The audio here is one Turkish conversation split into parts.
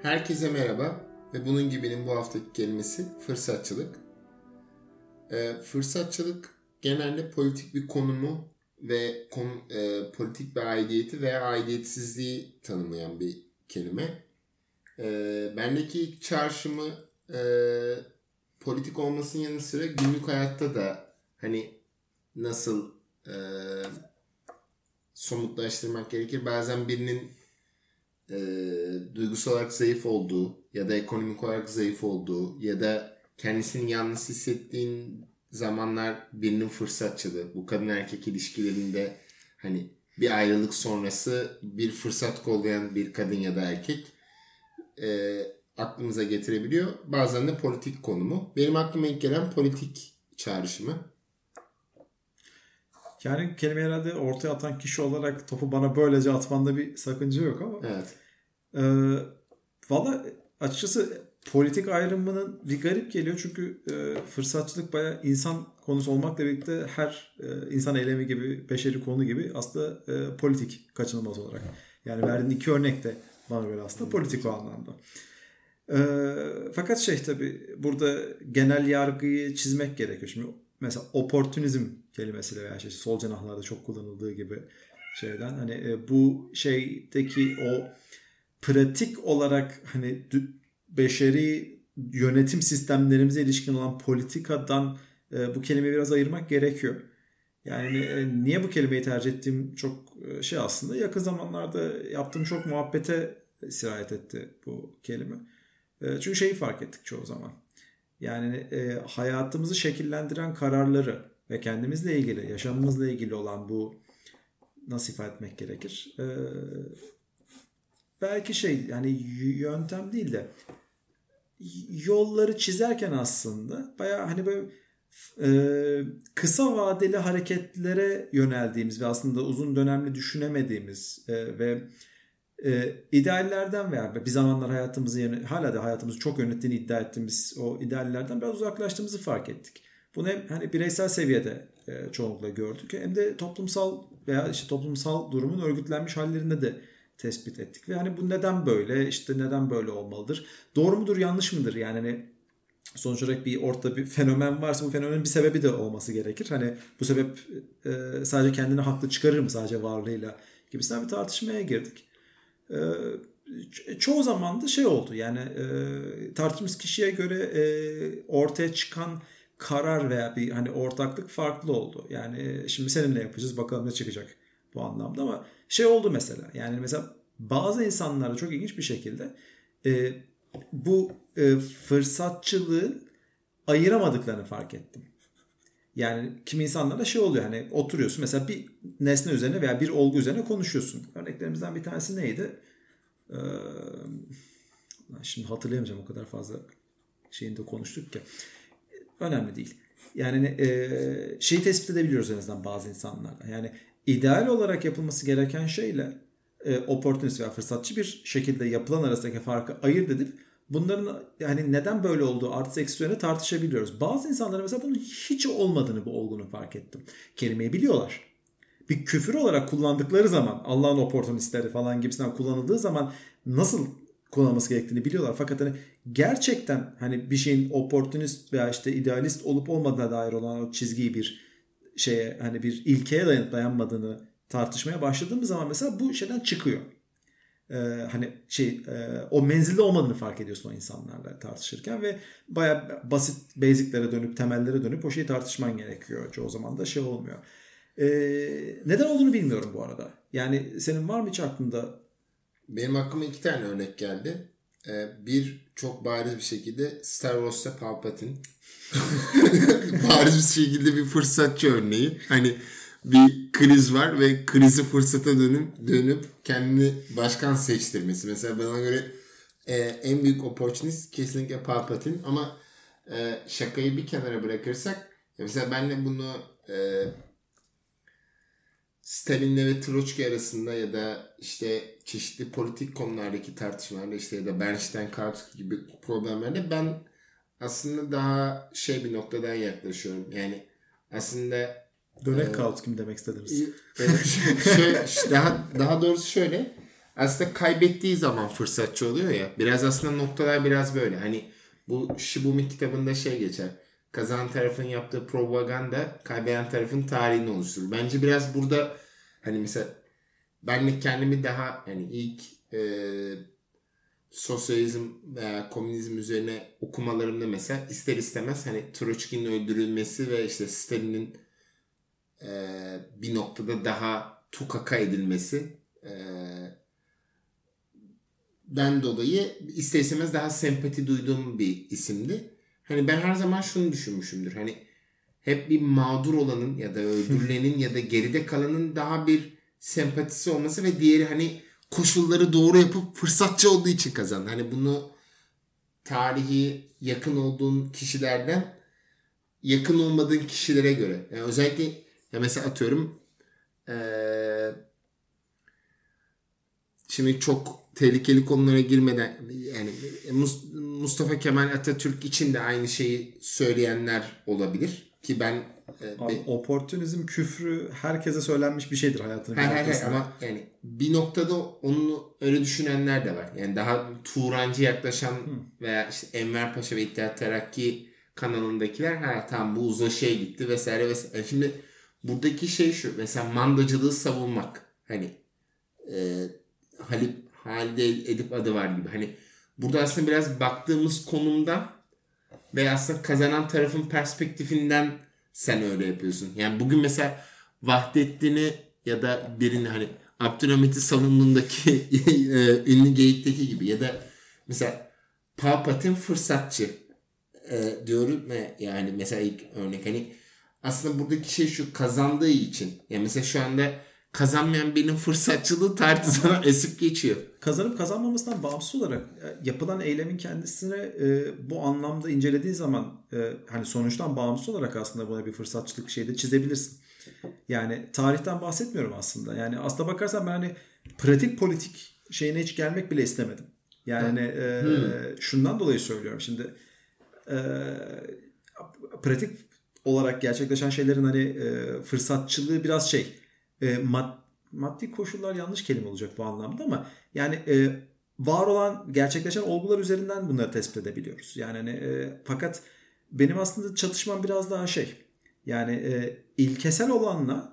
Herkese merhaba ve bunun gibinin bu haftaki kelimesi fırsatçılık. Fırsatçılık genelde politik bir konumu ve politik bir aidiyeti veya aidiyetsizliği tanımlayan bir kelime. Bendeki ilk çağrışımı politik olmasının yanı sıra günlük hayatta da hani nasıl somutlaştırmak gerekir. Bazen birinin duygusal olarak zayıf olduğu ya da ekonomik olarak zayıf olduğu ya da kendisini yalnız hissettiğin zamanlar birinin fırsatçılığı. Bu kadın erkek ilişkilerinde hani bir ayrılık sonrası bir fırsat kollayan bir kadın ya da erkek aklımıza getirebiliyor. Bazen de politik konumu. Benim aklıma ilk gelen politik çağrışımı. Yani kelime herhalde ortaya atan kişi olarak topu bana böylece atmanda bir sakınca yok ama. Evet. Valla açıkçası politik ayrımının bir garip geliyor. Çünkü fırsatçılık bayağı insan konusu olmakla birlikte her insan eylemi gibi, beşeri konu gibi aslında politik kaçınılmaz olarak. Yani verdiğin iki örnek de bana göre aslında politik o anlamda. Fakat tabii burada genel yargıyı çizmek gerekiyor. Şimdi mesela opportunizm kelimesiyle veya sol cenahlarda çok kullanıldığı gibi şeyden hani bu şeydeki o pratik olarak hani beşeri yönetim sistemlerimize ilişkin olan politikadan bu kelimeyi biraz ayırmak gerekiyor. Yani niye bu kelimeyi tercih ettiğim çok aslında yakın zamanlarda yaptığım çok muhabbete sirayet etti bu kelime. Çünkü şeyi fark ettik çoğu zaman. Yani hayatımızı şekillendiren kararları ve kendimizle ilgili, yaşamımızla ilgili olan bu nasıl ifade etmek gerekir? Belki yani yöntem değil de yolları çizerken aslında bayağı hani böyle kısa vadeli hareketlere yöneldiğimiz ve aslında uzun dönemli düşünemediğimiz ve ideallerden veya bir zamanlar hayatımızı hala da hayatımızı çok yönettiğini iddia ettiğimiz o ideallerden biraz uzaklaştığımızı fark ettik. Bunu hem hani bireysel seviyede çoğunlukla gördük hem de toplumsal veya toplumsal durumun örgütlenmiş hallerinde de tespit ettik. Ve hani bu neden böyle, neden böyle olmalıdır? Doğru mudur, yanlış mıdır? Yani hani sonuç olarak ortada bir fenomen varsa bu fenomenin bir sebebi de olması gerekir. Hani bu sebep sadece kendini haklı çıkarır mı sadece varlığıyla gibisinden bir tartışmaya girdik. Çoğu zaman da oldu yani tartıştığımız kişiye göre ortaya çıkan karar veya bir hani ortaklık farklı oldu. Yani şimdi seninle yapacağız bakalım ne çıkacak bu anlamda ama oldu mesela. Yani mesela bazı insanlarda çok ilginç bir şekilde bu fırsatçılığın ayıramadıklarını fark ettim. Yani kimi insanlarda oluyor hani oturuyorsun mesela bir nesne üzerine veya bir olgu üzerine konuşuyorsun. Örneklerimizden bir tanesi neydi? Şimdi hatırlayamayacağım o kadar fazla şeyinde konuştuk ki. Önemli değil. Yani şeyi tespit edebiliyoruz en azından bazı insanlarda. Yani ideal olarak yapılması gereken şeyle opportunist veya fırsatçı bir şekilde yapılan arasındaki farkı ayırt edip bunların yani neden böyle olduğu artı eksi yönde tartışabiliyoruz. Bazı insanlara mesela bunun hiç olmadığını bu olgunun fark ettim. Kelimeyi biliyorlar. Bir küfür olarak kullandıkları zaman Allah'ın opportunistleri falan gibisinden kullanıldığı zaman nasıl kullanılması gerektiğini biliyorlar. Fakat hani gerçekten hani bir şeyin opportunist veya idealist olup olmadığına dair olan o çizgiyi bir hani bir ilkeye dayanmadığını tartışmaya başladığımız zaman mesela bu şeyden çıkıyor. Hani o menzilde olmadığını fark ediyorsun o insanlarla tartışırken ve bayağı basit basic'lere dönüp temellere dönüp o şeyi tartışman gerekiyor. Çoğu zaman da olmuyor. Neden olduğunu bilmiyorum bu arada. Yani senin var mı hiç aklında? Benim aklıma 2 tane örnek geldi. Bir çok bariz bir şekilde Star Wars'ta Palpatine. Bariz bir şekilde bir fırsatçı örneği. Hani bir kriz var ve krizi fırsata dönüp kendini başkan seçtirmesi. Mesela bana göre en büyük opportunist kesinlikle Palpatine ama şakayı bir kenara bırakırsak mesela benle bunu Stalin'le ve Troçki arasında ya da çeşitli politik konulardaki tartışmalarda ya da Bernstein-Kautsky gibi problemlerde ben aslında daha bir noktadan yaklaşıyorum. Yani aslında dönek Kautsky mi demek istediniz? Daha doğrusu şöyle. aslında kaybettiği zaman fırsatçı oluyor ya. Biraz aslında noktalar biraz böyle. Hani bu Shibumi kitabında şey geçer. Kazanan tarafın yaptığı propaganda kaybeden tarafın tarihini oluşturur. Bence biraz burada hani mesela ben de kendimi daha hani ilk sosyalizm veya komünizm üzerine okumalarımda mesela ister istemez hani Troçki'nin öldürülmesi ve işte Stalin'in bir noktada daha tukaka edilmesi den dolayı ister istemez daha sempati duyduğum bir isimdi. Hani ben her zaman şunu düşünmüşümdür. Hani hep bir mağdur olanın ya da öldürülenin ya da geride kalanın daha bir sempatisi olması ve diğeri hani koşulları doğru yapıp fırsatçı olduğu için kazandı. Hani bunu tarihi yakın olduğun kişilerden yakın olmadığın kişilere göre. Yani özellikle ya mesela atıyorum şimdi çok tehlikeli konulara girmeden yani Mustafa Kemal Atatürk için de aynı şeyi söyleyenler olabilir ki ben oportunizm küfrü herkese söylenmiş bir şeydir hayatının bir noktasında. Ama yani bir noktada onu öyle düşünenler de var. Yani daha Turancı yaklaşan veya işte Enver Paşa ve İttihat Terakki kanalındakiler tamam bu uzlaşıya gitti vesaire vesaire. Yani şimdi buradaki şey şu mesela mandacılığı savunmak hani Halide Edip adı var gibi. Hani burada aslında biraz baktığımız konumda ve aslında kazanan tarafın perspektifinden sen öyle yapıyorsun. Yani bugün mesela Vahdettin'i ya da birini hani Abdülhamit'i savunduğundaki ünlü geyikteki gibi ya da mesela Palpatine fırsatçı diyorum ve yani mesela ilk örnek hani aslında buradaki şey şu kazandığı için. Yani mesela şu anda kazanmayan birinin fırsatçılığı tartışmadan esip geçiyor. Kazanıp kazanmamasından bağımsız olarak yapılan eylemin kendisine bu anlamda incelediği zaman hani sonuçtan bağımsız olarak aslında buna bir fırsatçılık şeyde çizebilirsin. Yani tarihten bahsetmiyorum aslında. Yani aslına bakarsan ben hani pratik politik şeyine hiç gelmek bile istemedim. Yani şundan dolayı söylüyorum şimdi pratik olarak gerçekleşen şeylerin hani fırsatçılığı biraz şey maddi koşullar yanlış kelime olacak bu anlamda ama yani var olan gerçekleşen olgular üzerinden bunları tespit edebiliyoruz. Yani hani, fakat benim aslında çatışmam biraz daha şey yani ilkesel olanla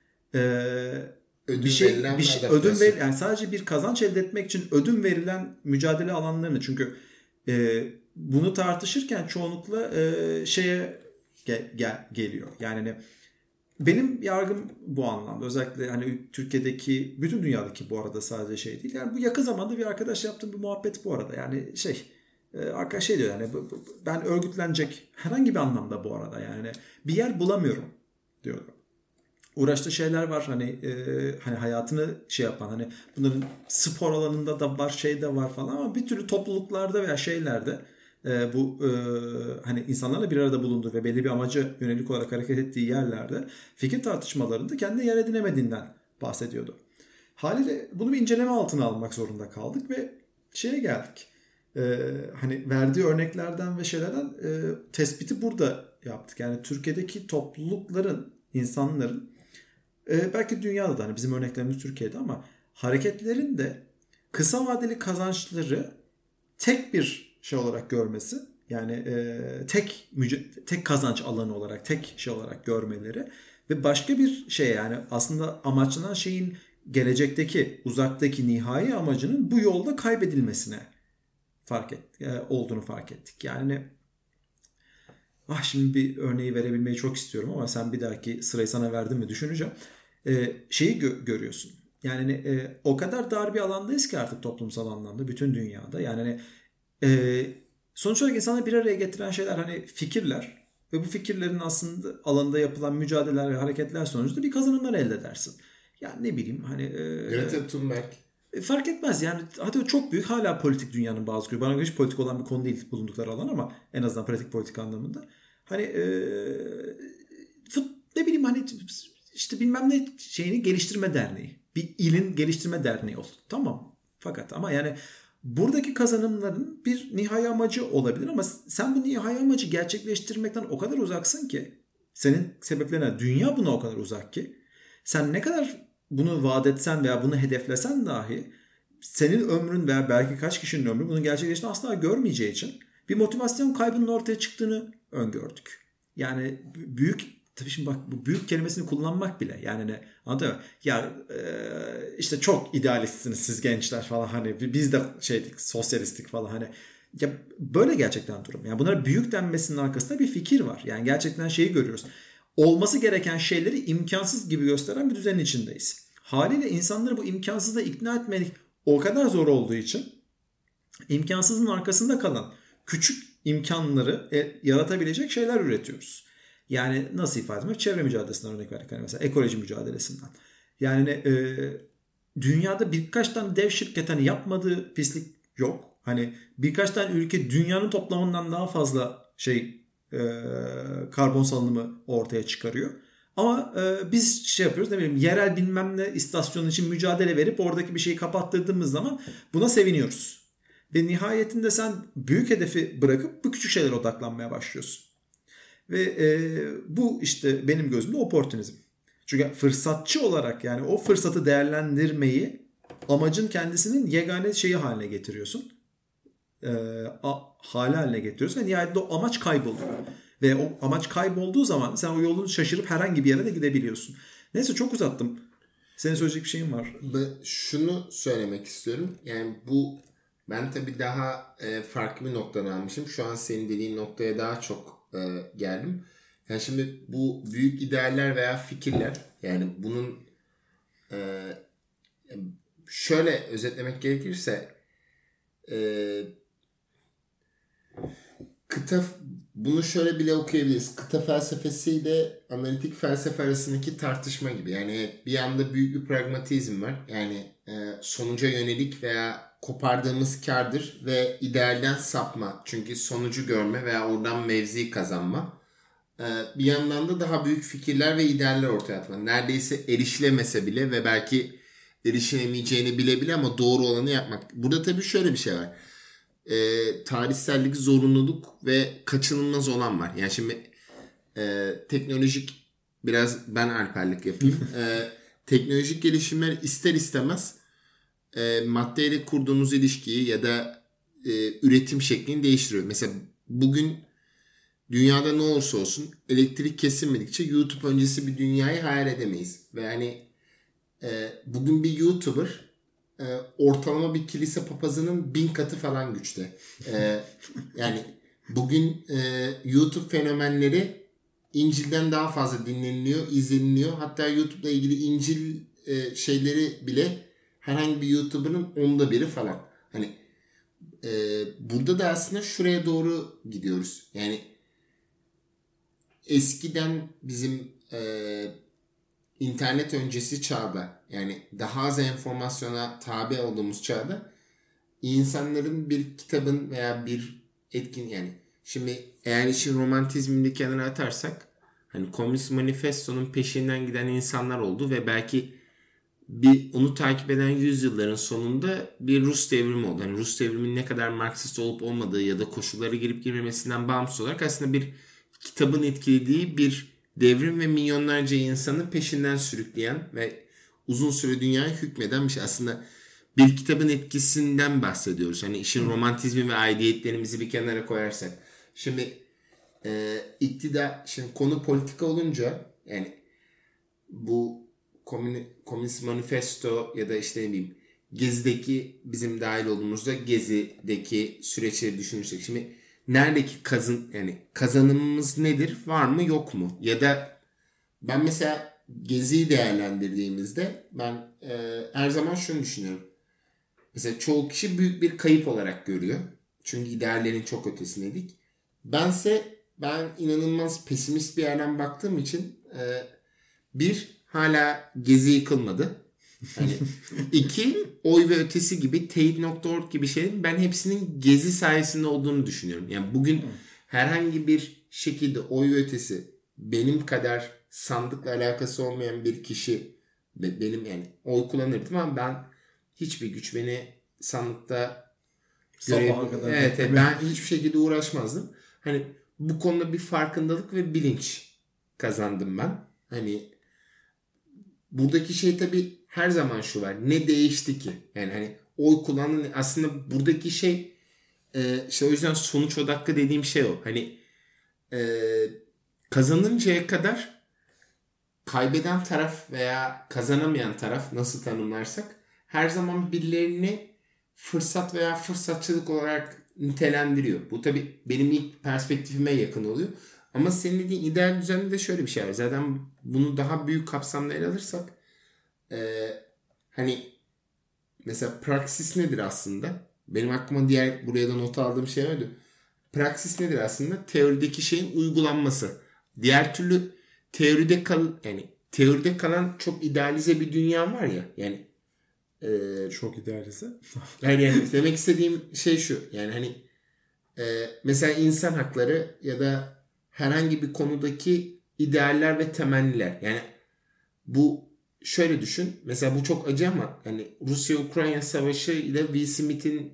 ödün bir şey yani sadece bir kazanç elde etmek için ödün verilen mücadele alanlarını çünkü bunu tartışırken çoğunlukla şeye geliyor. Yani benim yargım bu anlamda. Özellikle hani Türkiye'deki, bütün dünyadaki bu arada sadece şey değil. Yani bu yakın zamanda bir arkadaş yaptığım bir muhabbet bu arada. Yani arkadaş şey diyor yani ben örgütlenecek herhangi bir anlamda bu arada yani bir yer bulamıyorum diyor. Uğraştığı şeyler var hani hayatını şey yapan hani bunların spor alanında da var şey de var falan ama bir türlü topluluklarda veya şeylerde bu hani insanlarla bir arada bulunduğu ve belli bir amaca yönelik olarak hareket ettiği yerlerde fikir tartışmalarında kendine yer edinemediğinden bahsediyordu. Haliyle bunu bir inceleme altına almak zorunda kaldık ve şeye geldik. Hani verdiği örneklerden ve şeylerden tespiti burada yaptık. Yani Türkiye'deki toplulukların, insanların belki dünyada da hani bizim örneklerimiz Türkiye'de ama hareketlerin de kısa vadeli kazançları tek bir şey olarak görmesi yani tek kazanç alanı olarak tek şey olarak görmeleri ve başka bir şey yani aslında amaçlanan şeyin gelecekteki uzaktaki nihai amacının bu yolda kaybedilmesine olduğunu fark ettik. Yani şimdi bir örneği verebilmeyi çok istiyorum ama sen bir dahaki sırayı sana verdim mi düşüneceğim. Şeyi görüyorsun. Yani o kadar dar bir alandayız ki artık toplumsal anlamda bütün dünyada. Yani sonuç olarak insanları bir araya getiren şeyler hani fikirler ve bu fikirlerin aslında alanında yapılan mücadeleler ve hareketler sonucunda bir kazanımlar elde edersin. Yani ne bileyim hani Greta Thunberg fark etmez yani hatta çok büyük hala politik dünyanın bazı bana göre hiç politik olan bir konu değil bulundukları alan ama en azından pratik politik anlamında hani ne bileyim hani işte bilmem ne şeyini geliştirme derneği bir ilin geliştirme derneği olsun tamam fakat ama yani buradaki kazanımların bir nihai amacı olabilir ama sen bu nihai amacı gerçekleştirmekten o kadar uzaksın ki senin sebeplerine dünya buna o kadar uzak ki sen ne kadar bunu vaat etsen veya bunu hedeflesen dahi senin ömrün veya belki kaç kişinin ömrü bunun gerçekleştiğini asla görmeyeceği için bir motivasyon kaybının ortaya çıktığını öngördük. Yani büyük, tabii şimdi bak bu büyük kelimesini kullanmak bile yani ne anladın mı? Ya işte çok idealistsiniz siz gençler falan hani biz de şeydik sosyalistik falan hani ya böyle gerçekten durum. Yani bunlara büyük denmesinin arkasında bir fikir var. Yani gerçekten şeyi görüyoruz. Olması gereken şeyleri imkansız gibi gösteren bir düzenin içindeyiz. Haliyle insanları bu imkansızla ikna etmek o kadar zor olduğu için imkansızın arkasında kalan küçük imkanları yaratabilecek şeyler üretiyoruz. Yani nasıl ifade edeyim? Çevre mücadelesinden örnek verdik. Hani mesela ekoloji mücadelesinden. Yani dünyada birkaç tane dev şirket hani yapmadığı pislik yok. Hani birkaç tane ülke dünyanın toplamından daha fazla karbon salınımı ortaya çıkarıyor. Ama biz şey yapıyoruz ne bileyim yerel bilmem ne istasyonu için mücadele verip oradaki bir şeyi kapattırdığımız zaman buna seviniyoruz. Ve nihayetinde sen büyük hedefi bırakıp bu küçük şeylere odaklanmaya başlıyorsun. Ve bu işte benim gözümde oportunizm. Çünkü fırsatçı olarak yani o fırsatı değerlendirmeyi amacın kendisinin yegane şeyi haline getiriyorsun. Hali haline getiriyorsun ve nihayetinde o amaç kayboluyor. Ve o amaç kaybolduğu zaman sen o yolunu şaşırıp herhangi bir yere de gidebiliyorsun. Neyse çok uzattım. Senin söyleyecek bir şeyin var. Şunu söylemek istiyorum. Yani bu ben tabii daha farklı bir noktadan almışım. Şu an senin dediğin noktaya daha çok geldim. Yani şimdi bu büyük idealler veya fikirler yani bunun şöyle özetlemek gerekirse bunu şöyle bile okuyabiliriz. Kıta felsefesiyle analitik felsefe arasındaki tartışma gibi. Yani bir yanda büyük bir pragmatizm var. Yani sonuca yönelik veya kopardığımız kârdır ve idealden sapma. Çünkü sonucu görme veya oradan mevzi kazanma. Bir yandan da daha büyük fikirler ve idealler ortaya atma. Neredeyse erişilemese bile ve belki erişilemeyeceğini bile bile ama doğru olanı yapmak. Burada tabii şöyle bir şey var. Tarihsellik, zorunluluk ve kaçınılmaz olan var. Yani şimdi teknolojik biraz ben alperlik yapayım. Teknolojik gelişimler ister istemez maddeyle kurduğunuz ilişkiyi ya da üretim şeklini değiştiriyor. Mesela bugün dünyada ne olursa olsun elektrik kesilmedikçe YouTube öncesi bir dünyayı hayal edemeyiz. Ve yani bugün bir YouTuber ortalama bir kilise papazının 1000 katı falan güçte. Yani bugün YouTube fenomenleri İncil'den daha fazla dinleniliyor, izleniliyor. Hatta YouTube'la ilgili İncil şeyleri bile herhangi bir YouTuber'ın 1/10 falan. Hani burada da aslında şuraya doğru gidiyoruz. Yani eskiden bizim internet öncesi çağda yani daha az enformasyona tabi olduğumuz çağda insanların bir kitabın veya bir etkin yani şimdi eğer işin romantizmini bir kenara atarsak hani Komünist Manifesto'nun peşinden giden insanlar oldu ve belki bir onu takip eden yüzyılların sonunda bir Rus devrimi oldu. Yani Rus devriminin ne kadar Marksist olup olmadığı ya da koşulları girip girmemesinden bağımsız olarak aslında bir kitabın etkilediği bir devrim ve milyonlarca insanı peşinden sürükleyen ve uzun süre dünyaya hükmeden bir şey. Aslında bir kitabın etkisinden bahsediyoruz. Hani işin romantizmi ve aidiyetlerimizi bir kenara koyarsak. Şimdi şimdi konu politika olunca yani bu Komünist Manifesto ya da işte ne bileyim Gezi'deki bizim dahil olduğumuzda Gezi'deki süreçleri düşünürsek şimdi neredeki kazanımımız nedir? Var mı yok mu? Ya da ben mesela Gezi'yi değerlendirdiğimizde ben her zaman şunu düşünüyorum. Mesela çoğu kişi büyük bir kayıp olarak görüyor. Çünkü ideallerin çok ötesindeydik. Ben inanılmaz pesimist bir yerden baktığım için hala Gezi yıkılmadı. Hani 2 oy ve ötesi gibi Teyit.org gibi şeylerin ben hepsinin Gezi sayesinde olduğunu düşünüyorum. Yani bugün herhangi bir şekilde oy ve ötesi benim kadar sandıkla alakası olmayan bir kişi benim yani oy kullanırdım ama ben hiçbir güç beni sandıkta ben hiçbir şekilde uğraşmazdım. Hani bu konuda bir farkındalık ve bilinç kazandım ben. Hani buradaki şey tabii her zaman şu var. Ne değişti ki? Yani hani oy kullanan aslında buradaki şey işte o yüzden sonuç odaklı dediğim şey o. Hani kazanıncaya kadar kaybeden taraf veya kazanamayan taraf nasıl tanımlarsak her zaman birilerini fırsat veya fırsatçılık olarak nitelendiriyor. Bu tabii benim ilk perspektifime yakın oluyor. Ama senin dediğin ideal düzende de şöyle bir şey var. Zaten bunu daha büyük kapsamda ele alırsak hani mesela praksis nedir aslında? Benim aklıma diğer buraya da not aldığım şey öyle. Praksis nedir aslında? Teorideki şeyin uygulanması. Diğer türlü teoride kalan çok idealize bir dünya var ya. Yani çok idealize. yani demek istediğim şey şu. Yani hani mesela insan hakları ya da herhangi bir konudaki idealler ve temenniler. Yani bu şöyle düşün. Mesela bu çok acı ama hani Rusya-Ukrayna savaşı ile Will Smith'in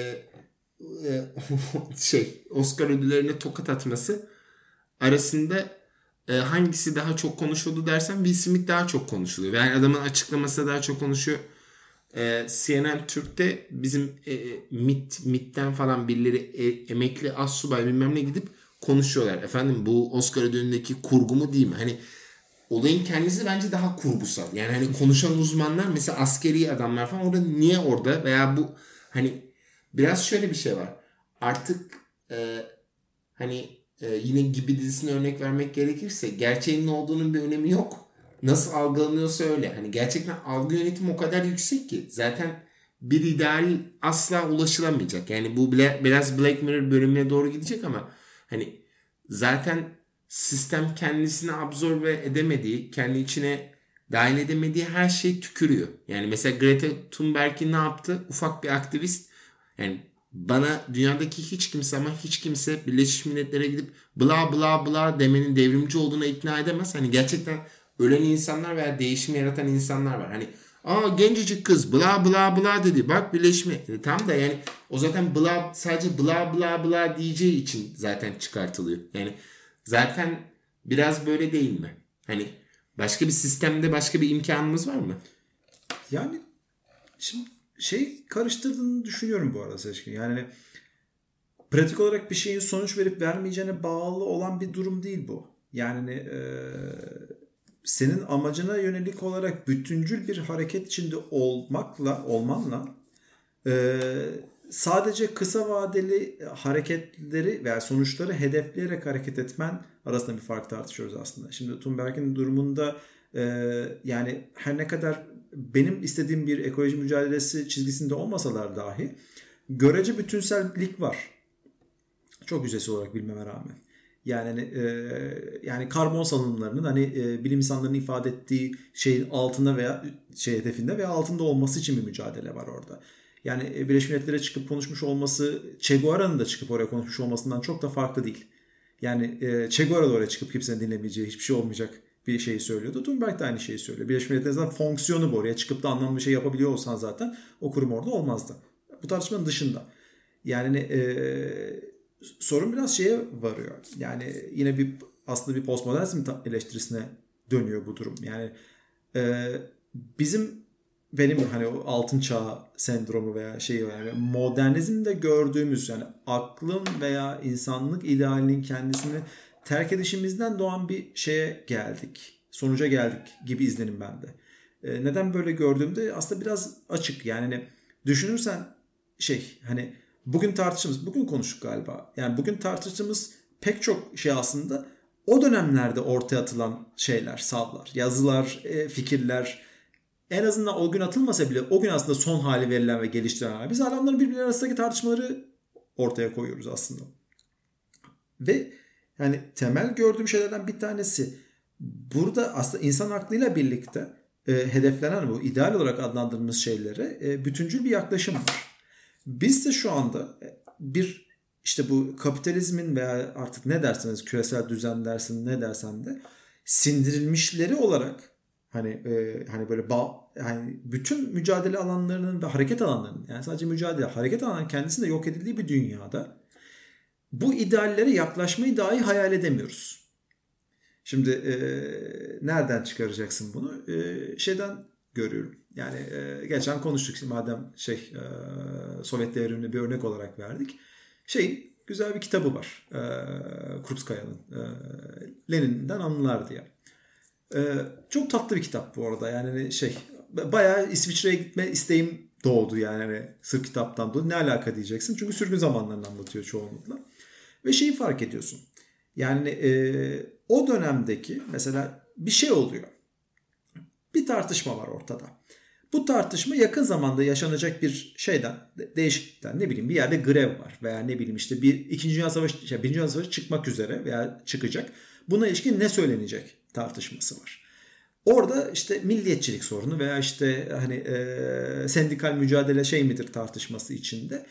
Oscar ödüllerine tokat atması arasında hangisi daha çok konuşuldu dersen Will Smith daha çok konuşuluyor. Yani adamın açıklaması daha çok konuşuyor. CNN Türk'te bizim MİT'ten falan birileri emekli astsubay bilmem ne gidip konuşuyorlar. Efendim bu Oscar ödülündeki kurgu mu değil mi? Hani olayın kendisi bence daha kurgusal. Yani hani konuşan uzmanlar mesela askeri adamlar falan orada niye orada veya bu hani biraz şöyle bir şey var. Artık hani yine Gibi dizisine örnek vermek gerekirse gerçeğin ne olduğunun bir önemi yok. Nasıl algılanıyorsa öyle. Hani gerçekten algı yönetimi o kadar yüksek ki zaten bir ideal asla ulaşılamayacak. Yani bu biraz Black Mirror bölümüne doğru gidecek ama hani zaten sistem kendisini absorbe edemediği, kendi içine dahil edemediği her şeyi tükürüyor. Yani mesela Greta Thunberg'i ne yaptı? Ufak bir aktivist. Yani bana dünyadaki hiç kimse ama hiç kimse Birleşmiş Milletler'e gidip bla bla bla demenin devrimci olduğuna ikna edemez. Hani gerçekten ölen insanlar veya değişimi yaratan insanlar var. Hani gencecik kız bla bla bla dedi. Bak birleşme. Tam da yani o zaten sadece bla bla bla diyeceği için zaten çıkartılıyor. Yani zaten biraz böyle değil mi? Hani başka bir sistemde başka bir imkanımız var mı? Yani şimdi karıştırdığını düşünüyorum bu arada Seçkin. Yani pratik olarak bir şeyin sonuç verip vermeyeceğine bağlı olan bir durum değil bu. Yani senin amacına yönelik olarak bütüncül bir hareket içinde olmanla sadece kısa vadeli hareketleri veya sonuçları hedefleyerek hareket etmen arasında bir fark tartışıyoruz aslında. Şimdi Thunberg'in durumunda yani her ne kadar benim istediğim bir ekoloji mücadelesi çizgisinde olmasalar dahi görece bütünsellik var. Çok yüzeysel olarak bilmeme rağmen. Yani karbon salınımlarının hani bilim insanlarının ifade ettiği şeyin altında veya hedefinde veya altında olması için bir mücadele var orada. Yani Birleşmiş Milletler'e çıkıp konuşmuş olması Che Guevara'nın da çıkıp oraya konuşmuş olmasından çok da farklı değil. Yani Che Guevara da oraya çıkıp kimsenin dinlemeyeceği hiçbir şey olmayacak bir şeyi söylüyordu. Thunberg de aynı şeyi söylüyor. Birleşmiş Milletler'in fonksiyonu bu. Oraya çıkıp da anlamlı bir şey yapabiliyor olsan zaten o kurum orada olmazdı. Bu tartışmanın dışında. Yani sorun biraz şeye varıyor. Yani yine aslında bir postmodernizm eleştirisine dönüyor bu durum. Yani benim hani o altın çağ sendromu veya yani modernizmde gördüğümüz yani aklın veya insanlık idealinin kendisini terk edişimizden doğan bir sonuca geldik gibi izlenim bende. Neden böyle gördüğümde aslında biraz açık. Yani düşünürsen hani bugün konuştuk galiba. Yani bugün tartıştığımız pek çok şey aslında o dönemlerde ortaya atılan şeyler, savlar, yazılar, fikirler. En azından o gün atılmasa bile o gün aslında son hali verilen ve geliştirilen hali. Biz adamların birbirleri arasındaki tartışmaları ortaya koyuyoruz aslında. Ve yani temel gördüğüm şeylerden bir tanesi burada aslında insan aklıyla birlikte hedeflenen bu ideal olarak adlandırdığımız şeylere bütüncül bir yaklaşım var. Biz de şu anda bu kapitalizmin veya artık ne derseniz küresel düzen dersin ne dersen de sindirilmişleri olarak hani böyle yani bütün mücadele alanlarının ve hareket alanlarının yani sadece hareket alanlarının kendisinde yok edildiği bir dünyada bu ideallere yaklaşmayı dahi hayal edemiyoruz. Şimdi nereden çıkaracaksın bunu? Şeyden görüyorum. Yani geçen konuştuk madem Sovyet devrimini bir örnek olarak verdik. Güzel bir kitabı var. Krupskaya'nın Lenin'den Anılar diye. Çok tatlı bir kitap bu arada. Yani bayağı İsviçre'ye gitme isteğim doğdu yani sırf kitaptan dolayı. Ne alaka diyeceksin? Çünkü sürgün zamanlarını anlatıyor çoğunlukla. Ve fark ediyorsun. Yani o dönemdeki mesela bir şey oluyor. Bir tartışma var ortada. Bu tartışma yakın zamanda yaşanacak bir değişiklikten bir yerde grev var veya İkinci Dünya Savaşı, Birinci Dünya Savaşı çıkmak üzere veya çıkacak. Buna ilişkin ne söylenecek tartışması var. Orada milliyetçilik sorunu veya sendikal mücadele midir tartışması içinde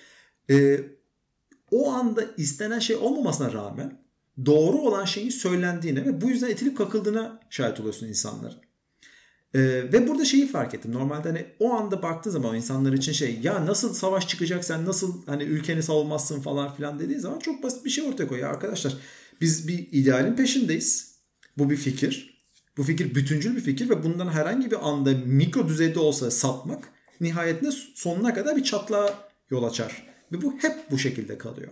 o anda istenen şey olmamasına rağmen doğru olan şeyin söylendiğine ve bu yüzden itilip kakıldığına şahit oluyorsun insanların. Ve burada fark ettim. Normalde o anda baktığın zaman o insanlar için ya nasıl savaş çıkacak, sen nasıl ülkeni savunmazsın falan filan dediği zaman çok basit bir şey ortaya koyuyor. Arkadaşlar biz bir idealin peşindeyiz. Bu bir fikir. Bu fikir bütüncül bir fikir ve bundan herhangi bir anda mikro düzeyde olsa sapmak nihayetinde sonuna kadar bir çatlağa yol açar. Ve bu hep bu şekilde kalıyor.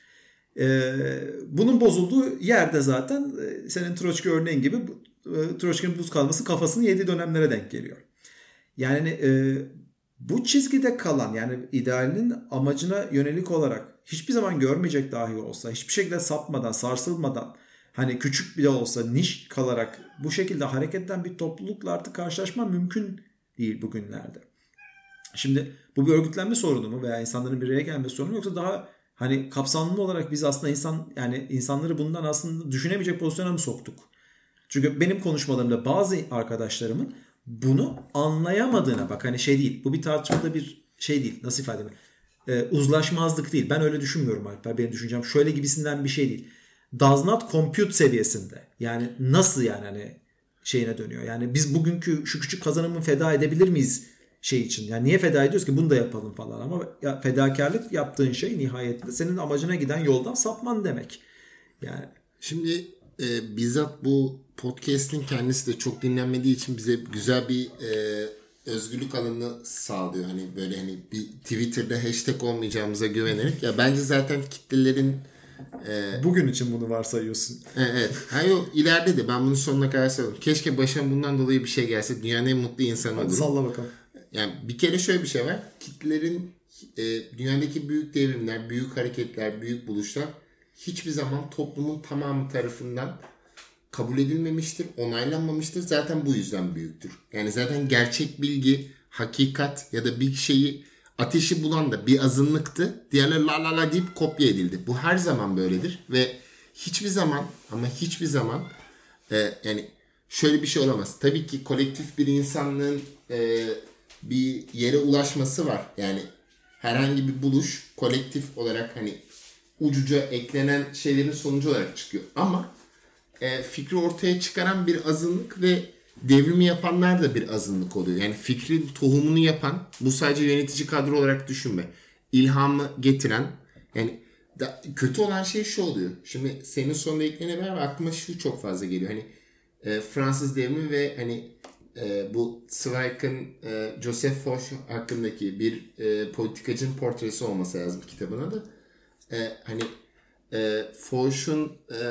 Bunun bozulduğu yerde zaten senin Troçki örneğin gibi Troçki'nin buz kalması kafasını yediği dönemlere denk geliyor. Yani bu çizgide kalan yani idealinin amacına yönelik olarak hiçbir zaman görmeyecek dahi olsa, hiçbir şekilde sapmadan, sarsılmadan küçük bile olsa niş kalarak bu şekilde hareket eden bir toplulukla artık karşılaşma mümkün değil bugünlerde. Şimdi bu bir örgütlenme sorunu mu veya insanların bir araya gelme sorunu mu yoksa daha kapsamlı olarak biz aslında insanları bundan aslında düşünemeyecek pozisyona mı soktuk? Çünkü benim konuşmalarımda bazı arkadaşlarımın bunu anlayamadığına bak değil. Bu bir tartışmada bir değil. Nasıl ifade edeyim? Uzlaşmazlık değil. Ben öyle düşünmüyorum Alper. Benim düşüncem şöyle gibisinden bir şey değil. Does not compute seviyesinde. Yani nasıl şeyine dönüyor. Yani biz bugünkü şu küçük kazanımı feda edebilir miyiz için? Yani niye feda ediyoruz ki bunu da yapalım falan ama fedakarlık yaptığın şey nihayetinde senin amacına giden yoldan sapman demek. Yani şimdi bizzat bu podcast'in kendisi de çok dinlenmediği için bize güzel bir özgürlük alanı sağlıyor. Böyle bir Twitter'da hashtag olmayacağımıza güvenerek. Ya bence zaten kitlelerin bugün için bunu varsayıyorsun. Evet. Hayır, ileride de ben bunu sonuna kadar söylüyorum. Keşke başıma bundan dolayı bir şey gelse. Dünyanın en mutlu insanı olurum. Salla bakalım. Yani bir kere şöyle bir şey var. Kitlelerin dünyadaki büyük devrimler, büyük hareketler, büyük buluşlar hiçbir zaman toplumun tamamı tarafından kabul edilmemiştir, onaylanmamıştır. Zaten bu yüzden büyüktür. Yani zaten gerçek bilgi, hakikat ya da bir şeyi ateşi bulan da bir azınlıktı. Diğerleri la la la deyip kopya edildi. Bu her zaman böyledir ve hiçbir zaman yani şöyle bir şey olamaz. Tabii ki kolektif bir insanlığın bir yere ulaşması var. Yani herhangi bir buluş kolektif olarak ucuca eklenen şeylerin sonucu olarak çıkıyor. Ama fikri ortaya çıkaran bir azınlık ve devrimi yapanlar da bir azınlık oluyor. Yani fikrin tohumunu yapan, bu sadece yönetici kadro olarak düşünme. İlhamı getiren, yani kötü olan şey şu oluyor. Şimdi senin sonunda eklene beraber aklıma şu çok fazla geliyor. Fransız devrimi ve bu Zweig'in Joseph Foch hakkındaki bir politikacının portresi olması lazım kitabına da. Foch'un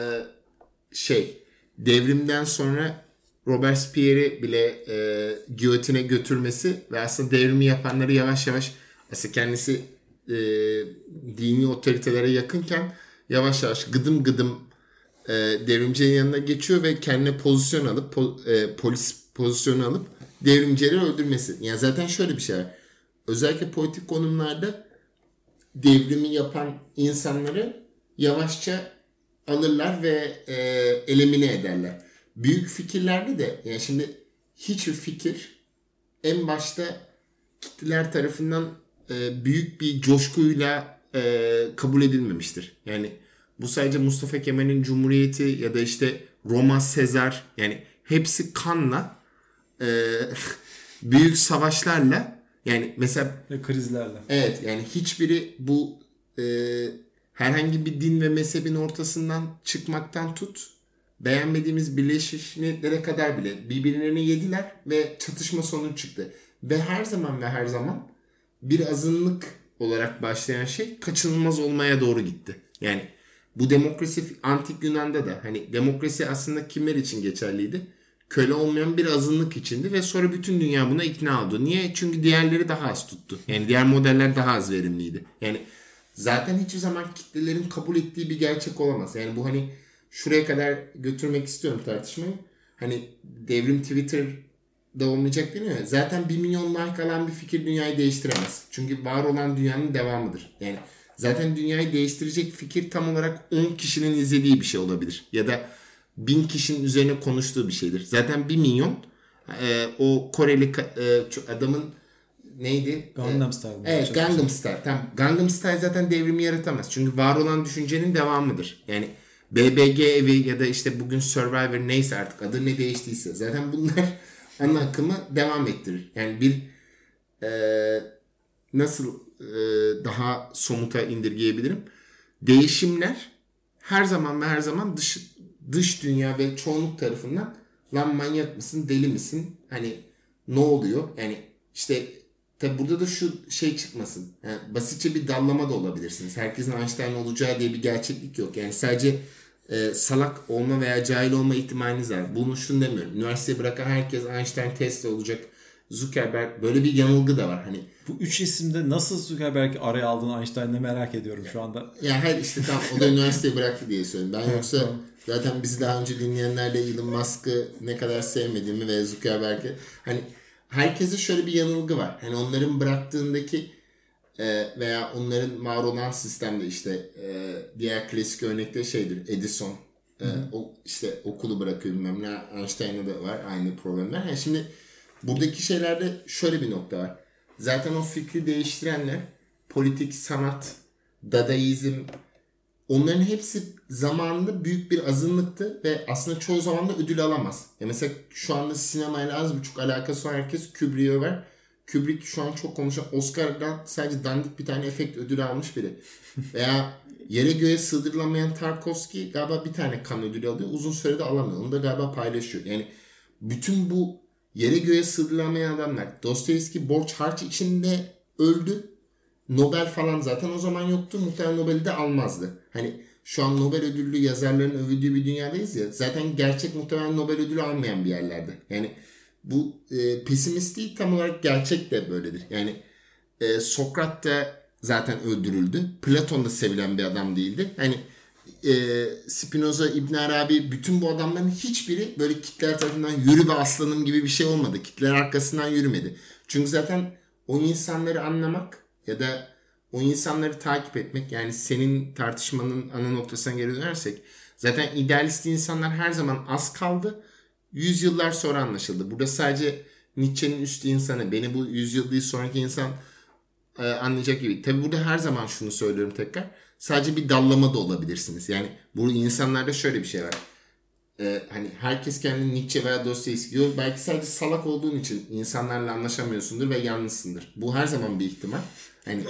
devrimden sonra Robespierre'i bile giyotine götürmesi ve aslında devrimi yapanları yavaş yavaş aslında kendisi dini otoritelere yakınken yavaş yavaş gıdım gıdım devrimcinin yanına geçiyor ve kendine pozisyon alıp polis pozisyonu alıp devrimcileri öldürmesi. Yani zaten şöyle bir şey var. Özellikle politik konumlarda devrimi yapan insanları yavaşça alırlar ve elimine ederler. Büyük fikirlerde de yani şimdi hiçbir fikir en başta kitleler tarafından büyük bir coşkuyla kabul edilmemiştir. Yani bu sadece Mustafa Kemal'in Cumhuriyeti ya da Roma Sezar yani hepsi kanla büyük savaşlarla yani mesela krizlerle. Evet yani hiçbiri bu herhangi bir din ve mezhebin ortasından çıkmaktan tut beğenmediğimiz Birleşmiş Milletler'e kadar bile birbirlerini yediler ve çatışma sonucu çıktı. Ve her zaman bir azınlık olarak başlayan şey kaçınılmaz olmaya doğru gitti. Yani bu demokrasi antik Yunan'da da hani demokrasi aslında kimler için geçerliydi? Köle olmayan bir azınlık içindi ve sonra bütün dünya buna ikna oldu. Niye? Çünkü diğerleri daha az tuttu. Yani diğer modeller daha az verimliydi. Yani zaten hiçbir zaman kitlelerin kabul ettiği bir gerçek olamaz. Yani bu hani şuraya kadar götürmek istiyorum tartışmayı. Hani devrim Twitter'da olmayacak deniyor ya. Zaten 1 milyon like alan bir fikir dünyayı değiştiremez. Çünkü var olan dünyanın devamıdır. Yani zaten dünyayı değiştirecek fikir tam olarak 10 kişinin izlediği bir şey olabilir. Ya da 1000 kişinin üzerine konuştuğu bir şeydir. Zaten 1 milyon o Koreli adamın neydi? Gangnam Style. Evet, Gangnam Style. Tamam. Gangnam Style zaten devrimi yaratamaz. Çünkü var olan düşüncenin devamıdır. Yani BBG evi ya da işte bugün Survivor neyse artık adı ne değiştiyse zaten bunlar ana akımı devam ettirir. Yani bir nasıl daha somuta indirgeyebilirim? Değişimler her zaman dış dünya ve çoğunluk tarafından lan manyak mısın, deli misin? Hani ne oluyor? Yani işte tabi burada da şu şey çıkmasın. Yani basitçe bir dallama da olabilirsiniz. Herkesin Einstein olacağı diye bir gerçeklik yok. Yani sadece salak olma veya cahil olma ihtimaliniz var. Bunu şunu demiyorum. Üniversiteyi bırakan herkes Einstein Tesla olacak. Zuckerberg böyle bir yanılgı da var. Hani bu 3 isimde nasıl Zuckerberg'i araya aldığını Einstein'la merak ediyorum şu anda. Yani hayır işte tam o da üniversiteyi bıraktı diye söylüyorum. Ben yoksa zaten bizi daha önce dinleyenlerle Elon Musk'ı ne kadar sevmediğimi ve Zuckerberg'i hani herkese şöyle bir yanılgı var. Hani onların bıraktığındaki veya onların var olan sistemde işte diğer klasik örnekte şeydir Edison. O işte okulu bırakıyor bilmem ne. Einstein'da da var aynı problemler. Yani şimdi buradaki şeylerde şöyle bir nokta var. Zaten o fikri değiştirenler politik, sanat, dadaizm onların hepsi zamanında büyük bir azınlıktı ve aslında çoğu zaman da ödül alamaz. Ya mesela şu anda sinemayla az buçuk alakası olan herkes Kubrick'i över. Kubrick şu an çok konuşan Oscar'dan sadece dandik bir tane efekt ödülü almış biri. Veya yere göğe sığdırılamayan Tarkovski galiba bir tane Cannes ödülü alıyor. Uzun sürede alamıyor. Onu da galiba paylaşıyor. Yani bütün bu yere göğe sığdırılamayan adamlar. Dostoyevski borç harç içinde öldü. Nobel falan zaten o zaman yoktu. Muhtemelen Nobel'i de almazdı. Hani şu an Nobel ödüllü yazarların övüldüğü bir dünyadayız ya. Zaten gerçek muhtemelen Nobel ödülü almayan bir yerlerde. Yani bu pesimist değil tam olarak gerçek de böyledir. Yani Sokrat da zaten öldürüldü. Platon da sevilen bir adam değildi. Hani Spinoza, İbn Arabi bütün bu adamların hiçbiri böyle kitleler tarafından yürü be aslanım gibi bir şey olmadı. Kitleler arkasından yürümedi. Çünkü zaten o insanları anlamak ya da o insanları takip etmek yani senin tartışmanın ana noktasına geri dönersek zaten idealist insanlar her zaman az kaldı. Yüzyıllar sonra anlaşıldı. Burada sadece Nietzsche'nin üstü insanı beni bu yüzyıl değil sonraki insan anlayacak gibi. Tabi burada her zaman şunu söylüyorum tekrar. Sadece bir dallama da olabilirsiniz. Yani bu insanlarda şöyle bir şey var. Hani herkes kendini Nietzsche veya Dostoyevski yok. Belki sadece salak olduğun için insanlarla anlaşamıyorsundur ve yalnızsındır. Bu her zaman bir ihtimal. Hani,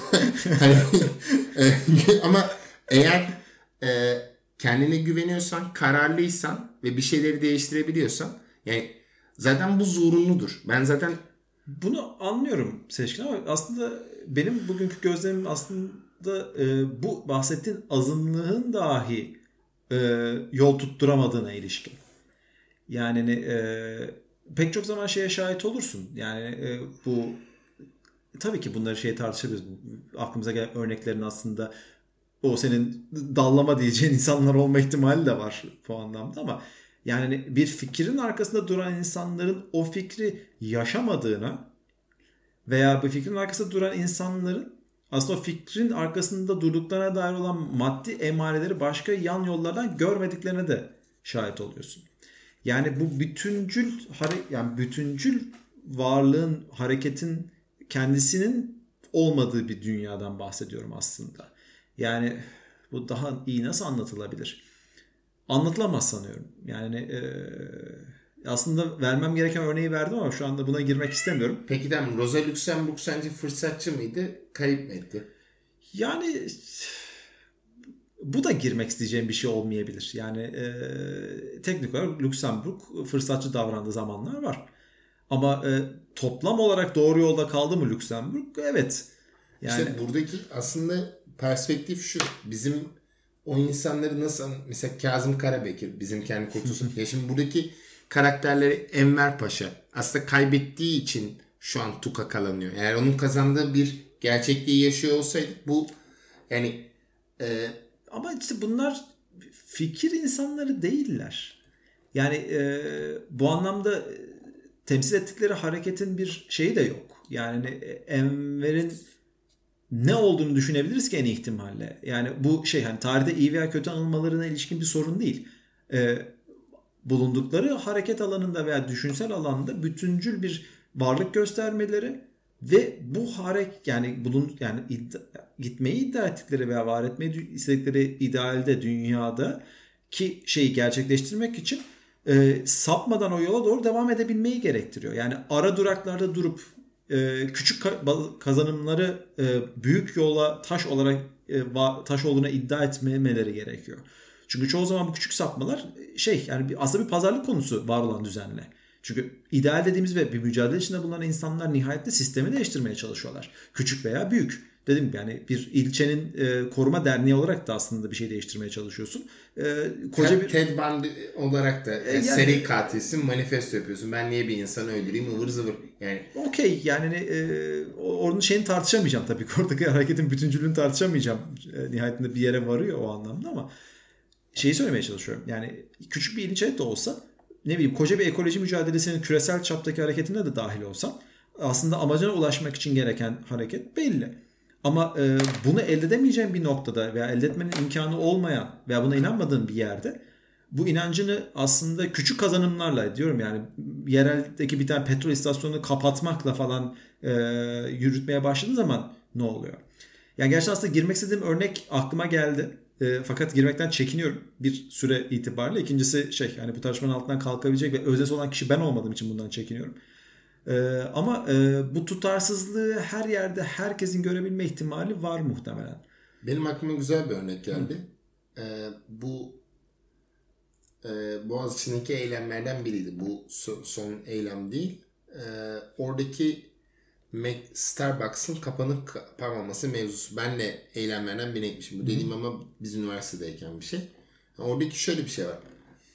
ama eğer kendine güveniyorsan, kararlıysan ve bir şeyleri değiştirebiliyorsan yani zaten bu zorunludur. Ben zaten bunu anlıyorum Seçkin ama aslında benim bugünkü gözlemim aslında bu bahsettiğin azınlığın dahi yol tutturamadığına ilişkin. Yani pek çok zaman şeye şahit olursun. Yani bu tabii ki bunları tartışabiliriz. Aklımıza gelen örneklerin aslında o senin dallama diyeceğin insanlar olma ihtimali de var bu anlamda ama yani bir fikrin arkasında duran insanların o fikri yaşamadığına veya bu fikrin arkasında duran insanların aslında o fikrin arkasında durduklarına dair olan maddi emareleri başka yan yollardan görmediklerine de şahit oluyorsun. Yani bu bütüncül varlığın, hareketin kendisinin olmadığı bir dünyadan bahsediyorum aslında. Yani bu daha iyi nasıl anlatılabilir? Anlatılamaz sanıyorum. Yani aslında vermem gereken örneği verdim ama şu anda buna girmek istemiyorum. Peki tamam. Rosa Luxemburg sence fırsatçı mıydı? Kayıp mı etti? Yani bu da girmek isteyeceğim bir şey olmayabilir. Yani teknik olarak Luxemburg fırsatçı davrandığı zamanlar var. Ama toplam olarak doğru yolda kaldı mı Lüksemburg? Evet. Yani İşte buradaki aslında perspektif şu. Bizim o insanları nasıl, mesela Kazım Karabekir bizim kendi kurtulsun. Ya şimdi buradaki karakterleri Enver Paşa aslında kaybettiği için şu an tukakalanıyor. Eğer onun kazandığı bir gerçekliği yaşıyor olsaydık bu yani ama işte bunlar fikir insanları değiller. Yani bu anlamda temsil ettikleri hareketin bir şeyi de yok. Yani Enver'in ne olduğunu düşünebiliriz ki en ihtimalle. Yani bu şey, hani tarihte iyi veya kötü anılmalarına ilişkin bir sorun değil. Bulundukları hareket alanında veya düşünsel alanda bütüncül bir varlık göstermeleri ve bu yani gitmeyi iddia ettikleri veya var etmeyi istedikleri idealde, dünyada ki şeyi gerçekleştirmek için sapmadan o yola doğru devam edebilmeyi gerektiriyor. Yani ara duraklarda durup küçük kazanımları büyük yola taş olarak taş olduğuna iddia etmemeleri gerekiyor. Çünkü çoğu zaman bu küçük sapmalar yani aslında bir pazarlık konusu var olan düzenle. Çünkü ideal dediğimiz ve bir mücadele içinde bulunan insanlar nihayetinde sistemi değiştirmeye çalışıyorlar. Küçük veya büyük. Dedim yani bir ilçenin koruma derneği olarak da aslında bir şey değiştirmeye çalışıyorsun. Ted Bundy olarak da seri katilsin, manifesto yapıyorsun. Ben niye bir insanı öldüreyim, ıvır zıvır. Yani okey, yani onun şeyini tartışamayacağım tabii. Oradaki hareketin bütüncülüğünü tartışamayacağım. Nihayetinde bir yere varıyor o anlamda ama şeyi söylemeye çalışıyorum. Yani küçük bir ilçe de olsa, ne bileyim, koca bir ekoloji mücadelesinin küresel çaptaki hareketine de dahil olsan aslında amacına ulaşmak için gereken hareket belli. Ama bunu elde edemeyeceğin bir noktada veya elde etmenin imkanı olmayan veya buna inanmadığın bir yerde bu inancını aslında küçük kazanımlarla, diyorum yani yereldeki bir tane petrol istasyonunu kapatmakla falan yürütmeye başladığın zaman ne oluyor? Yani gerçekten aslında girmek istediğim örnek aklıma geldi. Fakat girmekten çekiniyorum bir süre itibariyle. İkincisi yani bu tartışmanın altından kalkabilecek ve öznesi olan kişi ben olmadığım için bundan çekiniyorum. Ama bu tutarsızlığı her yerde herkesin görebilme ihtimali var muhtemelen. Benim aklıma güzel bir örnek geldi. Bu Boğaziçi'ndeki eylemlerden biriydi. Bu son eylem değil. Oradaki Starbucks'ın kapanıp kapanmaması mevzusu. Ben de eylemlerden birine gitmişim. Bu dediğim ama biz üniversitedeyken bir şey. Oradaki şöyle bir şey var.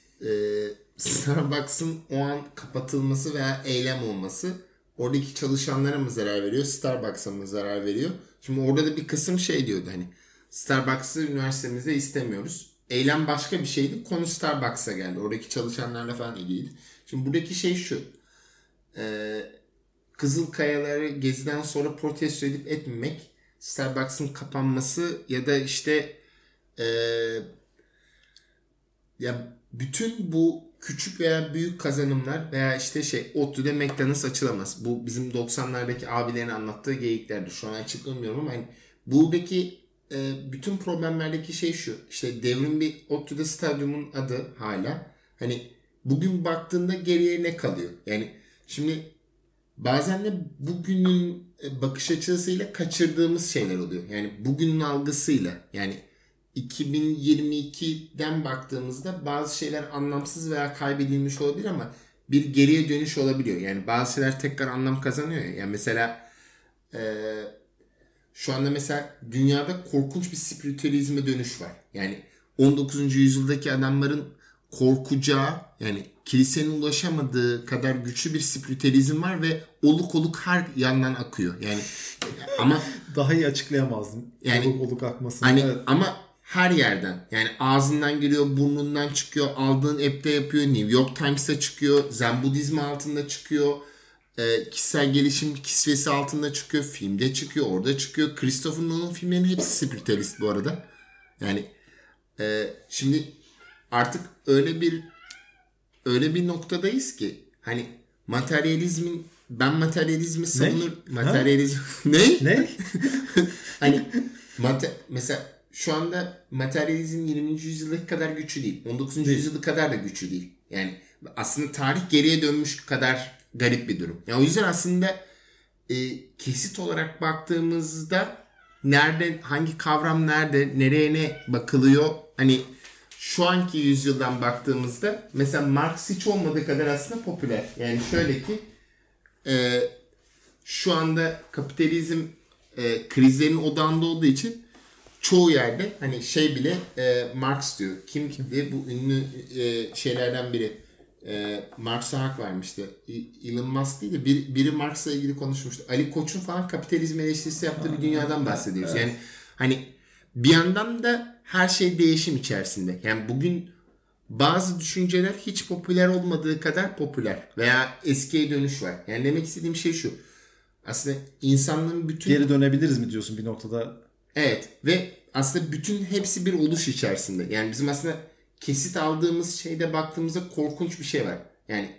Starbucks'ın o an kapatılması veya eylem olması oradaki çalışanlara mı zarar veriyor, Starbucks'a mı zarar veriyor? Şimdi orada da bir kısım şey diyordu, hani Starbucks'ı üniversitemizde istemiyoruz. Eylem başka bir şeydi. Konu Starbucks'a geldi. Oradaki çalışanlarla falan ilgiliydi. Şimdi buradaki şey şu. Kızılkayaları geziden sonra protesto edip etmemek, Starbucks'ın kapanması ya da işte ya bütün bu küçük veya büyük kazanımlar veya işte ODTÜ'de McDonald's açılamaz. Bu bizim 90'lardaki abilerin anlattığı geyiklerdi. Şu an açıklamıyorum ama hani buradaki bütün problemlerdeki şey şu. İşte devrim bir ODTÜ'de stadyumun adı hala. Hani bugün baktığında geriye ne kalıyor? Yani şimdi bazen de bugünün bakış açısıyla kaçırdığımız şeyler oluyor. Yani bugünün algısıyla, yani 2022'den baktığımızda bazı şeyler anlamsız veya kaybedilmiş olabilir ama bir geriye dönüş olabiliyor. Yani bazı şeyler tekrar anlam kazanıyor ya. Yani mesela şu anda mesela dünyada korkunç bir spiritüalizme dönüş var. Yani 19. yüzyıldaki adamların korkacağı, yani kilisenin ulaşamadığı kadar güçlü bir spiritüalizm var ve oluk oluk her yandan akıyor. Yani ama daha iyi açıklayamazdım. Yani oluk akmasını. Hani evet. Ama her yerden, yani ağzından giriyor, burnundan çıkıyor, aldığın app'te yapıyor, New York Times'ta çıkıyor, Zen Budizmi altında çıkıyor, kişisel gelişim kisvesi altında çıkıyor, filmde çıkıyor, orada çıkıyor. Christopher Nolan filmlerinin hepsi spiritualist bu arada. Yani şimdi artık öyle bir noktadayız ki hani ben materyalizmi savunur. Materyalizm ne? Hani mesela şu anda materyalizm 20. yüzyıldaki kadar güçlü değil. 19. yüzyılda kadar da güçlü değil. Yani aslında tarih geriye dönmüş kadar garip bir durum. Yani o yüzden aslında kesit olarak baktığımızda nerede, hangi kavram nerede, nereye ne bakılıyor? Hani şu anki yüzyıldan baktığımızda mesela Marx hiç olmadığı kadar aslında popüler. Yani şöyle ki şu anda kapitalizm krizlerin odağında olduğu için çoğu yerde hani şey bile Marx diyor. Kimdi bu ünlü şeylerden biri? Marx'a hak vermişti. Elon Musk değil de biri Marx'la ilgili konuşmuştu. Ali Koç'un falan kapitalizm eleştirisi yaptığı bir dünyadan bahsediyoruz. Evet. Yani hani bir yandan da her şey değişim içerisinde. Yani bugün bazı düşünceler hiç popüler olmadığı kadar popüler veya eskiye dönüş var. Yani demek istediğim şey şu. Aslında insanlığın bütün... Geri dönebiliriz mi diyorsun bir noktada? Evet ve aslında bütün hepsi bir oluş içerisinde. Yani bizim aslında kesit aldığımız şeyde baktığımızda korkunç bir şey var. Yani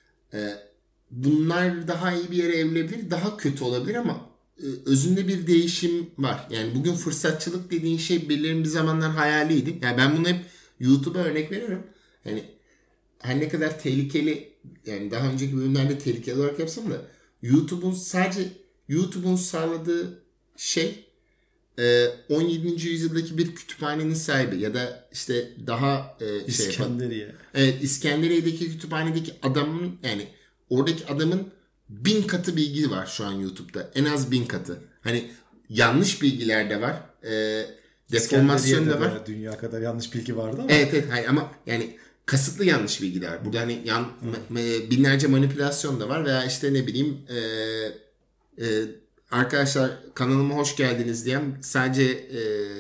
bunlar daha iyi bir yere evrilebilir, daha kötü olabilir ama özünde bir değişim var. Yani bugün fırsatçılık dediğin şey birilerinin bir zamanlar hayaliydi. Yani ben bunu hep YouTube'a örnek veriyorum. Yani her ne kadar tehlikeli, yani daha önceki bölümlerde tehlikeli olarak yapsam da YouTube'un sağladığı şey 17. yüzyıldaki bir kütüphanenin sahibi ya da işte daha İskenderiye. Evet, İskenderiye'deki kütüphanedeki adamın, yani oradaki adamın 1000 katı bilgi var şu an YouTube'da. En az 1000 katı. Hani yanlış bilgiler de var. Deformasyon da var. Dünya kadar yanlış bilgi vardı ama. Evet hayır, ama yani kasıtlı yanlış bilgiler. Burada hani binlerce manipülasyon da var veya işte ne bileyim arkadaşlar kanalıma hoş geldiniz diyen sadece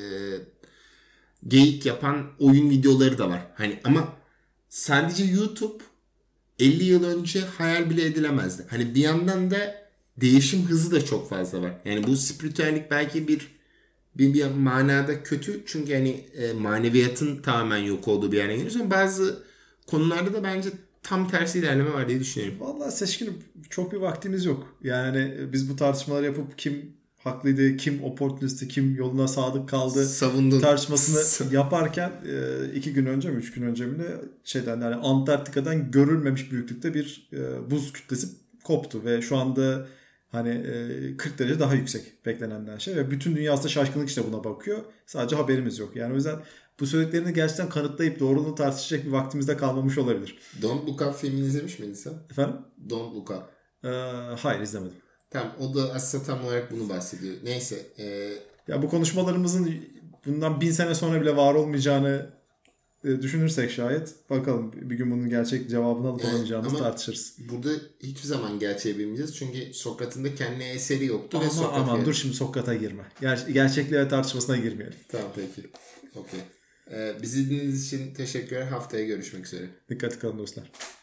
geyik yapan oyun videoları da var. Hani ama sadece YouTube 50 yıl önce hayal bile edilemezdi. Hani bir yandan da değişim hızı da çok fazla var. Yani bu spiritüellik belki bir manada kötü. Çünkü hani maneviyatın tamamen yok olduğu bir yerden geliyoruz. Ama bazı konularda da bence tam tersi ilerleme var diye düşünüyorum. Vallahi Seçkin, çok bir vaktimiz yok. Yani biz bu tartışmaları yapıp kim haklıydı, kim opportunisti, kim yoluna sadık kaldı savundun tartışmasını yaparken 2 gün önce mi 3 gün önce mi yani Antarktika'dan görülmemiş büyüklükte bir buz kütlesi koptu ve şu anda hani 40 derece daha yüksek beklenenden şey ve bütün dünya aslında şaşkınlık işte buna bakıyor. Sadece haberimiz yok. Yani o yüzden bu söylediklerini gerçekten kanıtlayıp doğruluğunu tartışacak bir vaktimizde kalmamış olabilir. Don't Look Up filmini izlemiş miydin sen? Efendim? Don't Look Up. Hayır, izlemedim. Tamam, o da aslında tam olarak bunu bahsediyor. Neyse. Ya bu konuşmalarımızın bundan 1000 sene sonra bile var olmayacağını düşünürsek şayet, bakalım bir gün bunun gerçek cevabını alıp alamayacağımızı tartışırız. Burada hiçbir zaman gerçeği bilmeyeceğiz. Çünkü Sokrat'ın da kendine eseri yoktu. Aman dur şimdi Sokrat'a girme. Gerçekliğe tartışmasına girmeyelim. Tamam peki. Okay. Bizi dinlediğiniz için teşekkürler. Haftaya görüşmek üzere. Dikkatli kalın dostlar.